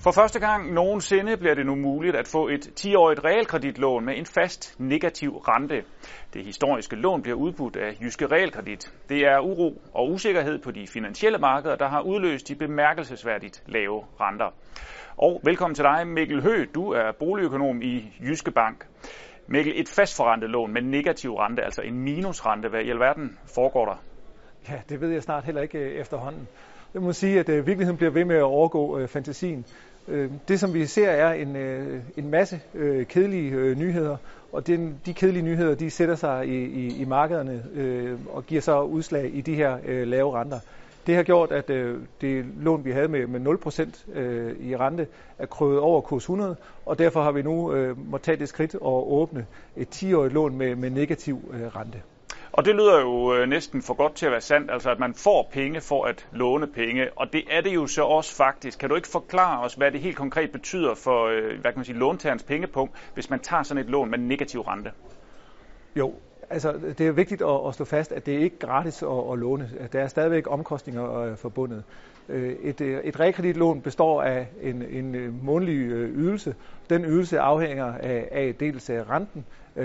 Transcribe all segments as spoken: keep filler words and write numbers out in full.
For første gang nogensinde bliver det nu muligt at få et ti-årigt realkreditlån med en fast negativ rente. Det historiske lån bliver udbudt af Jyske Realkredit. Det er uro og usikkerhed på de finansielle markeder, der har udløst de bemærkelsesværdigt lave renter. Og velkommen til dig, Mikkel Høgh. Du er boligøkonom i Jyske Bank. Mikkel, et fastforrentet lån med negativ rente, altså en minusrente. Hvad i alverden foregår der? Ja, det ved jeg snart heller ikke efterhånden. Jeg må sige, at øh, virkeligheden bliver ved med at overgå øh, fantasien. Øh, det, som vi ser, er en, øh, en masse øh, kedelige øh, nyheder, og den, de kedelige nyheder, de sætter sig i, i, i markederne øh, og giver så udslag i de her øh, lave renter. Det har gjort, at øh, det lån, vi havde med, med nul procent øh, i rente, er krøget over kurs hundrede, og derfor har vi nu øh, måttet tage det skridt og åbne et ti-årigt lån med, med negativ øh, rente. Og det lyder jo næsten for godt til at være sandt, altså at man får penge for at låne penge, og det er det jo så også faktisk. Kan du ikke forklare os, hvad det helt konkret betyder for, hvad kan man sige, låntagerens pengepunkt, hvis man tager sådan et lån med negativ rente? Jo, altså det er vigtigt at, at slå fast, at det ikke er gratis at, at låne. Der er stadigvæk omkostninger forbundet. Et, et realkreditlån består af en, en månedlig ydelse. Den ydelse afhænger af, af dels renten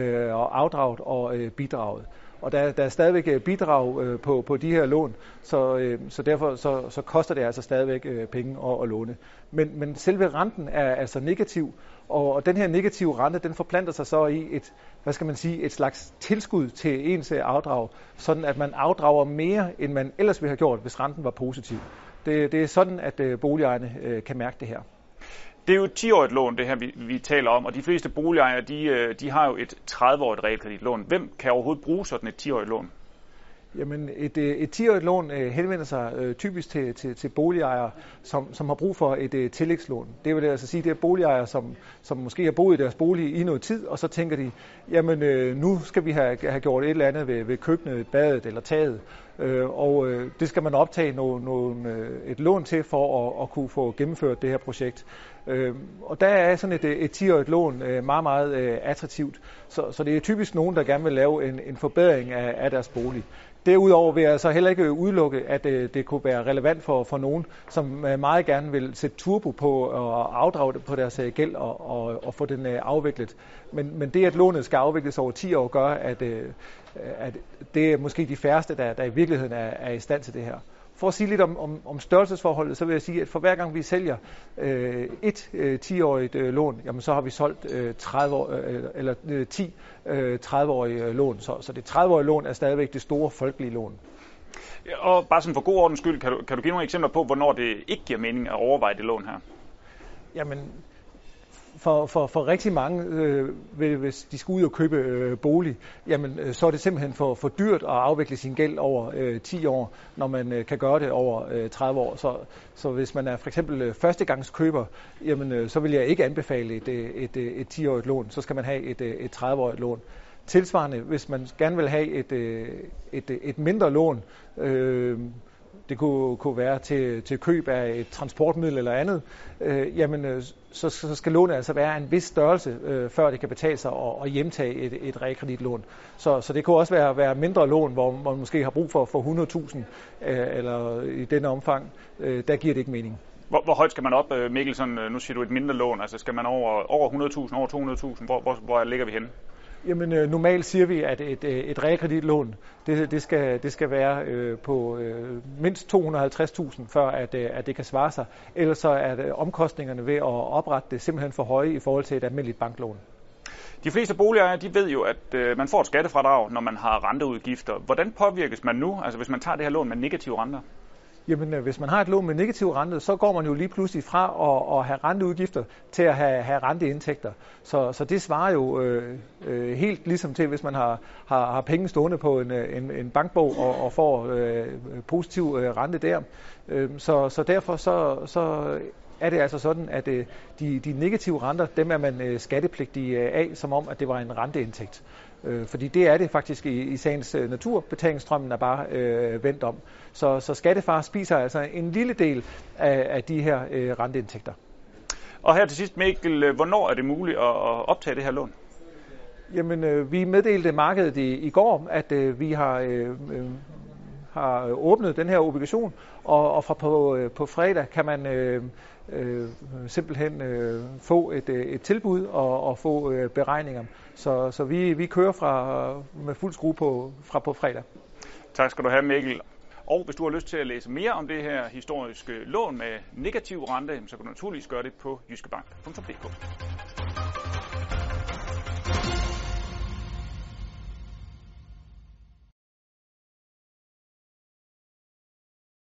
og afdraget og bidraget. Og der, der er stadigvæk bidrag øh, på, på de her lån, så, øh, så derfor så, så koster det altså stadigvæk øh, penge at, at låne. Men, men selve renten er altså negativ, og, og den her negative rente, den forplanter sig så i et, hvad skal man sige, et slags tilskud til ens afdrag, sådan at man afdrager mere, end man ellers ville have gjort, hvis renten var positiv. Det, det er sådan, at øh, boligejerne øh, kan mærke det her. Det er jo et ti-årigt lån, det her vi, vi taler om, og de fleste boligejere, de, de har jo et tredive-årigt realkreditlån. Hvem kan overhovedet bruge sådan et ti-årigt lån? Jamen, et, et ti-årigt lån øh, henvender sig øh, typisk til, til, til boligejere, som, som har brug for et øh, tillægslån. Det vil altså sige, det er boligejere, som, som måske har boet i deres bolig i noget tid, og så tænker de, jamen øh, nu skal vi have, have gjort et eller andet ved, ved køkkenet, badet eller taget, øh, og øh, det skal man optage no, no, et lån til for at, at kunne få gennemført det her projekt. Øh, og der er sådan et, et ti-årigt lån øh, meget, meget øh, attraktivt, så, så det er typisk nogen, der gerne vil lave en, en forbedring af, af deres bolig. Derudover vil jeg så heller ikke udelukke, at øh, det kunne være relevant for, for nogen, som øh, meget gerne vil sætte turbo på og afdrage det på deres øh, gæld og, og, og få den øh, afviklet. Men, men det, at lånet skal afvikles over ti år, gør, at, øh, at det er måske de færreste, der, der i virkeligheden er, er i stand til det her. For at sige lidt om, om, om størrelsesforholdet, så vil jeg sige, at for hver gang vi sælger øh, et øh, ti-årigt øh, lån, jamen, så har vi solgt øh, tredive år, øh, eller øh, ti øh, tredive-årige øh, lån. Så, så det tredive-årige lån er stadigvæk det store folkelige lån. Ja, og bare sådan for god ordens skyld, kan du, kan du give nogle eksempler på, hvornår det ikke giver mening at overveje det lån her? Jamen, For, for, for rigtig mange, øh, hvis de skal ud og købe øh, bolig, jamen, øh, så er det simpelthen for, for dyrt at afvikle sin gæld over øh, ti år, når man øh, kan gøre det over øh, tredive år. Så, så hvis man er for eksempel øh, førstegangskøber, jamen, øh, så vil jeg ikke anbefale et, et, et, et ti-årigt lån. Så skal man have et, et tredive-årigt lån. Tilsvarende, hvis man gerne vil have et, et, et mindre lån, øh, det kunne, kunne være til, til køb af et transportmiddel eller andet, øh, jamen øh, så, så skal lånet altså være en vis størrelse, øh, før det kan betale sig at, at hjemtage et, et realkreditlån. Så, så det kunne også være, være mindre lån, hvor man måske har brug for, for hundrede tusind, øh, eller i denne omfang, øh, der giver det ikke mening. Hvor, hvor højt skal man op, Mikkel? Sådan, nu siger du et mindre lån, altså skal man over, over hundrede tusind, over to hundrede tusind? Hvor, hvor, hvor ligger vi henne? Jamen øh, normalt siger vi, at et, et realkreditlån, det, det, skal, det skal være øh, på øh, mindst to hundrede og halvtreds tusind, før at, øh, at det kan svare sig. Ellers så er det, omkostningerne ved at oprette det simpelthen for høje i forhold til et almindeligt banklån. De fleste boligejere, de ved jo, at øh, man får et skattefradrag, når man har renteudgifter. Hvordan påvirkes man nu, altså hvis man tager det her lån med negative renter? Jamen, hvis man har et lån med negativ rente, så går man jo lige pludselig fra at, at have renteudgifter til at have, have renteindtægter. Så, så det svarer jo øh, øh, helt ligesom til, hvis man har, har, har penge stående på en, en, en bankbog og, og får øh, positiv øh, rente der. Øh, så, så derfor så, så er det altså sådan, at øh, de, de negative renter, dem er man øh, skattepligtig af, som om, at det var en renteindtægt. Øh, fordi det er det faktisk i, i sagens øh, natur. Betalingsstrømmen er bare øh, vendt om. Så, så skattefar spiser altså en lille del af, af de her øh, renteindtægter. Og her til sidst, Mikkel, hvornår er det muligt at, at optage det her lån? Jamen, øh, vi meddelte markedet i, i går, at øh, vi har øh, har åbnet den her obligation, og, og fra på, på fredag kan man øh, øh, simpelthen øh, få et, et tilbud og, og få øh, beregninger. Så, så vi, vi kører fra, med fuld skrue på, fra på fredag. Tak skal du have, Mikkel. Og hvis du har lyst til at læse mere om det her historiske lån med negativ rente, så kan du naturligvis gøre det på jyskebank punktum d k.